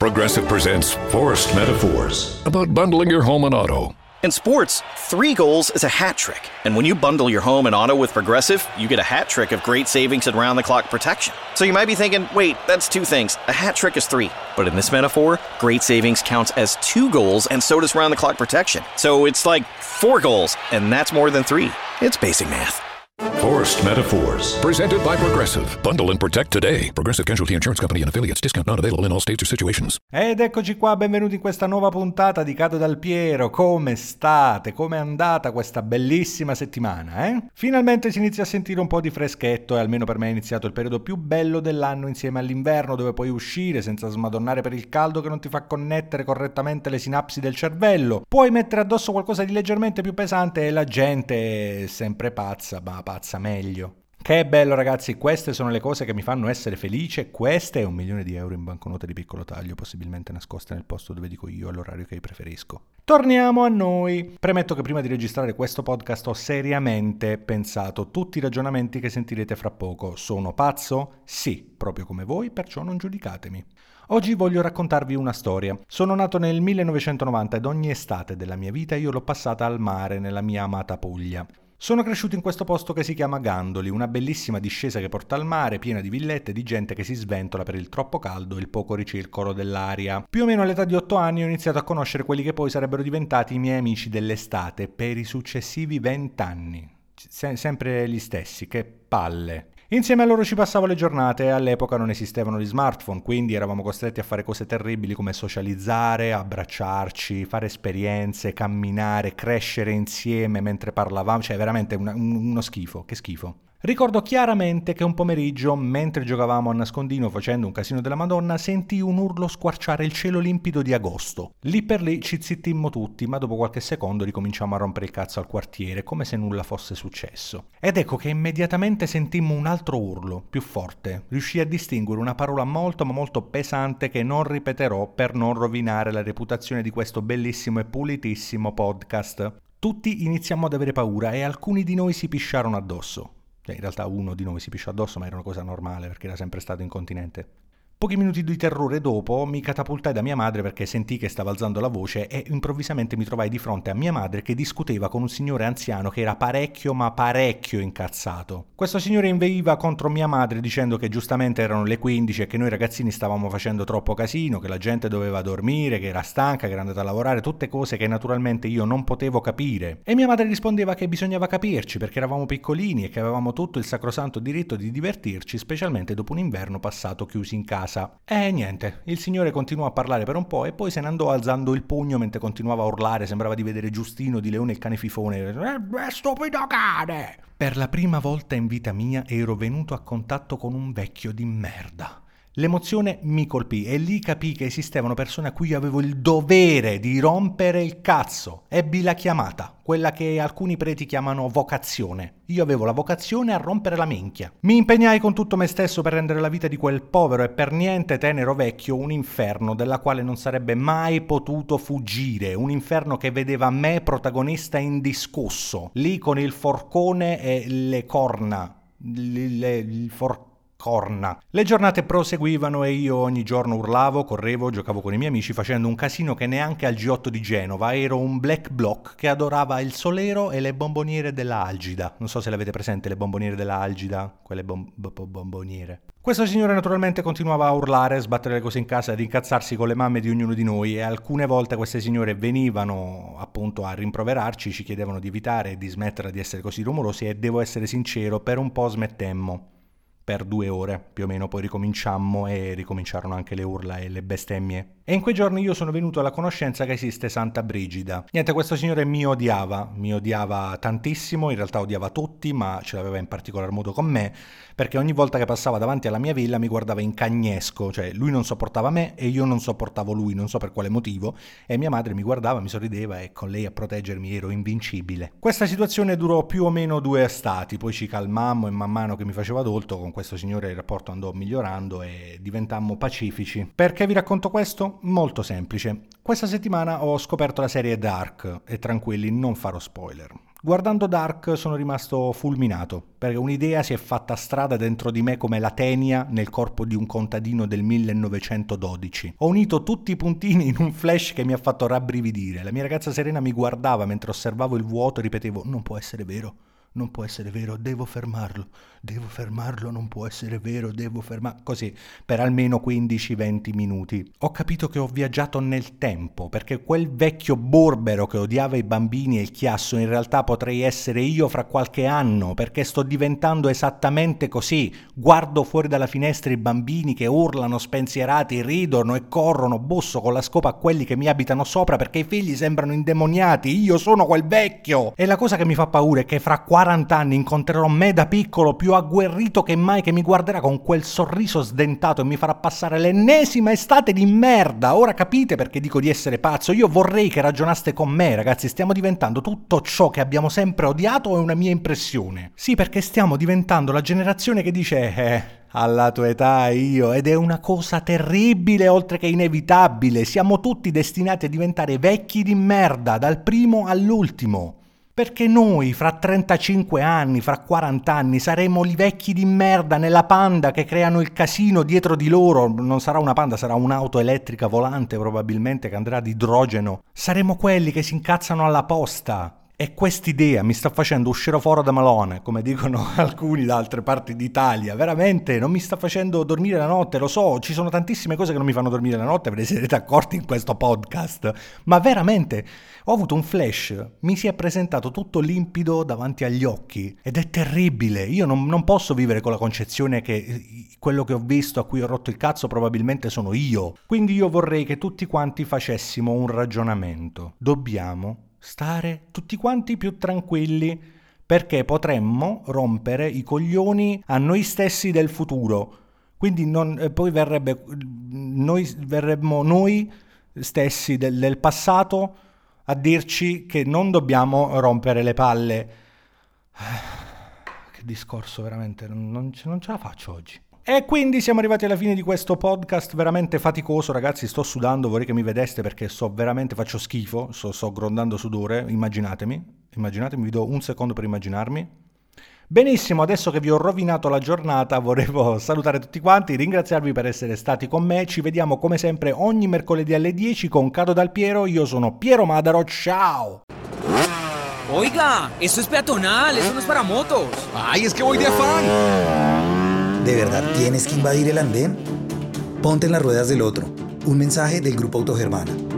Progressive presents Forced Metaphors about bundling your home and auto. In sports, 3 goals is a hat trick. And when you bundle your home and auto with Progressive, you get a hat trick of great savings and round-the-clock protection. So you might be thinking, wait, that's 2 things. A hat trick is 3. But in this metaphor, great savings counts as 2 goals, and so does round-the-clock protection. So it's like 4 goals, and that's more than 3. It's basic math. Forced Metaphors. Presented by Progressive. Bundle and protect today. Progressive Casualty Insurance Company and Affiliates. Discount not available in all states or situations. Ed eccoci qua, benvenuti in questa nuova puntata di Cado Dal Piero. Come state? Come è andata questa bellissima settimana, Finalmente si inizia a sentire un po' di freschetto e almeno per me è iniziato il periodo più bello dell'anno insieme all'inverno, dove puoi uscire senza smadonnare per il caldo che non ti fa connettere correttamente le sinapsi del cervello. Puoi mettere addosso qualcosa di leggermente più pesante e la gente è sempre pazza, ma pazza meglio. Che bello ragazzi, queste sono le cose che mi fanno essere felice. Queste è 1 milione di euro in banconote di piccolo taglio, possibilmente nascoste nel posto dove dico io all'orario che preferisco. Torniamo a noi. Premetto che prima di registrare questo podcast ho seriamente pensato tutti i ragionamenti che sentirete fra poco. Sono pazzo? Sì, proprio come voi, perciò non giudicatemi. Oggi voglio raccontarvi una storia. Sono nato nel 1990 ed ogni estate della mia vita io l'ho passata al mare nella mia amata Puglia. Sono cresciuto in questo posto che si chiama Gandoli, una bellissima discesa che porta al mare, piena di villette e di gente che si sventola per il troppo caldo e il poco ricircolo dell'aria. Più o meno all'età di 8 anni ho iniziato a conoscere quelli che poi sarebbero diventati i miei amici dell'estate per i successivi 20 anni. Sempre gli stessi, che palle. Insieme a loro ci passavo le giornate e all'epoca non esistevano gli smartphone, quindi eravamo costretti a fare cose terribili come socializzare, abbracciarci, fare esperienze, camminare, crescere insieme mentre parlavamo, cioè veramente uno schifo, che schifo. Ricordo chiaramente che un pomeriggio, mentre giocavamo a nascondino facendo un casino della Madonna, sentii un urlo squarciare il cielo limpido di agosto. Lì per lì ci zittimmo tutti, ma dopo qualche secondo ricominciamo a rompere il cazzo al quartiere, come se nulla fosse successo. Ed ecco che immediatamente sentimmo un altro urlo, più forte. Riuscii a distinguere una parola molto ma molto pesante che non ripeterò per non rovinare la reputazione di questo bellissimo e pulitissimo podcast. Tutti iniziamo ad avere paura e alcuni di noi si pisciarono addosso. In realtà uno di noi si pisciò addosso, ma era una cosa normale perché era sempre stato incontinente. Pochi minuti di terrore dopo mi catapultai da mia madre perché sentii che stava alzando la voce e improvvisamente mi trovai di fronte a mia madre che discuteva con un signore anziano che era parecchio ma parecchio incazzato. Questo signore inveiva contro mia madre dicendo che giustamente erano le 15 e che noi ragazzini stavamo facendo troppo casino, che la gente doveva dormire, che era stanca, che era andata a lavorare, tutte cose che naturalmente io non potevo capire. E mia madre rispondeva che bisognava capirci perché eravamo piccolini e che avevamo tutto il sacrosanto diritto di divertirci, specialmente dopo un inverno passato chiusi in casa. E niente, il signore continuò a parlare per un po' e poi se ne andò alzando il pugno mentre continuava a urlare, sembrava di vedere Giustino di Leone il cane fifone. Stupido cane! Per la prima volta in vita mia ero venuto a contatto con un vecchio di merda. L'emozione mi colpì e lì capii che esistevano persone a cui io avevo il dovere di rompere il cazzo. Ebbi la chiamata, quella che alcuni preti chiamano vocazione. Io avevo la vocazione a rompere la minchia. Mi impegnai con tutto me stesso per rendere la vita di quel povero e per niente tenero vecchio un inferno della quale non sarebbe mai potuto fuggire. Un inferno che vedeva me protagonista indiscusso, lì con il forcone e le corna. Corna. Le giornate proseguivano e io ogni giorno urlavo, correvo, giocavo con i miei amici facendo un casino che neanche al G8 di Genova. Ero un black bloc che adorava il solero e le bomboniere della Algida. Non so se l'avete presente, le bomboniere della Algida, quelle bomboniere. Questo signore naturalmente continuava a urlare, a sbattere le cose in casa, ad incazzarsi con le mamme di ognuno di noi e alcune volte queste signore venivano appunto a rimproverarci, ci chiedevano di evitare e di smettere di essere così rumorosi e devo essere sincero, per un po' smettemmo. Per 2 ore più o meno poi ricominciammo e ricominciarono anche le urla e le bestemmie. E in quei giorni io sono venuto alla conoscenza che esiste Santa Brigida. Niente, questo signore mi odiava tantissimo, in realtà odiava tutti, ma ce l'aveva in particolar modo con me, perché ogni volta che passava davanti alla mia villa mi guardava in cagnesco, cioè lui non sopportava me e io non sopportavo lui, non so per quale motivo, e mia madre mi guardava, mi sorrideva e con lei a proteggermi ero invincibile. Questa situazione durò più o meno 2 estati, poi ci calmammo e man mano che mi facevo adulto con questo signore il rapporto andò migliorando e diventammo pacifici. Perché vi racconto questo? Molto semplice. Questa settimana ho scoperto la serie Dark e tranquilli, non farò spoiler. Guardando Dark sono rimasto fulminato, perché un'idea si è fatta strada dentro di me come la tenia nel corpo di un contadino del 1912. Ho unito tutti i puntini in un flash che mi ha fatto rabbrividire. La mia ragazza Serena mi guardava mentre osservavo il vuoto e ripetevo: non può essere vero. Non può essere vero, devo fermarlo, non può essere vero, devo fermarlo. Così, per almeno 15-20 minuti. Ho capito che ho viaggiato nel tempo, perché quel vecchio burbero che odiava i bambini e il chiasso in realtà potrei essere io fra qualche anno, perché sto diventando esattamente così. Guardo fuori dalla finestra i bambini che urlano spensierati, ridono e corrono, busso con la scopa a quelli che mi abitano sopra perché i figli sembrano indemoniati, io sono quel vecchio! E la cosa che mi fa paura è che fra 40 anni incontrerò me da piccolo più agguerrito che mai, che mi guarderà con quel sorriso sdentato e mi farà passare l'ennesima estate di merda. Ora capite perché dico di essere pazzo? Io vorrei che ragionaste con me, ragazzi. Stiamo diventando tutto ciò che abbiamo sempre odiato, o è una mia impressione? Sì, perché stiamo diventando la generazione che dice alla tua età io, ed è una cosa terribile oltre che inevitabile. Siamo tutti destinati a diventare vecchi di merda, dal primo all'ultimo. Perché noi fra 35 anni, fra 40 anni saremo i vecchi di merda nella Panda che creano il casino dietro di loro. Non sarà una Panda, sarà un'auto elettrica volante probabilmente che andrà ad idrogeno. Saremo quelli che si incazzano alla posta. E quest'idea mi sta facendo uscire fuori da malone, come dicono alcuni da altre parti d'Italia. Veramente non mi sta facendo dormire la notte, lo so, ci sono tantissime cose che non mi fanno dormire la notte, ve ne siete accorti in questo podcast. Ma veramente ho avuto un flash, mi si è presentato tutto limpido davanti agli occhi ed è terribile. Io non posso vivere con la concezione che quello che ho visto, a cui ho rotto il cazzo, probabilmente sono io. Quindi io vorrei che tutti quanti facessimo un ragionamento. Dobbiamo stare tutti quanti più tranquilli, perché potremmo rompere i coglioni a noi stessi del futuro. Quindi poi verremmo noi stessi del passato a dirci che non dobbiamo rompere le palle. Che discorso, veramente non ce la faccio oggi. E quindi siamo arrivati alla fine di questo podcast veramente faticoso, ragazzi. Sto sudando, vorrei che mi vedeste perché faccio schifo, sto grondando sudore. Immaginatemi, vi do un secondo per immaginarmi. Benissimo, adesso che vi ho rovinato la giornata volevo salutare tutti quanti, ringraziarvi per essere stati con me. Ci vediamo come sempre ogni mercoledì alle 10 con Cado Dal Piero. Io sono Piero Madaro, ciao! Oiga, eso es peatonal, eso no es para motos. Ay, es que voy de afán. ¿De verdad tienes que invadir el andén? Ponte en las ruedas del otro. Un mensaje del Grupo Autogermana.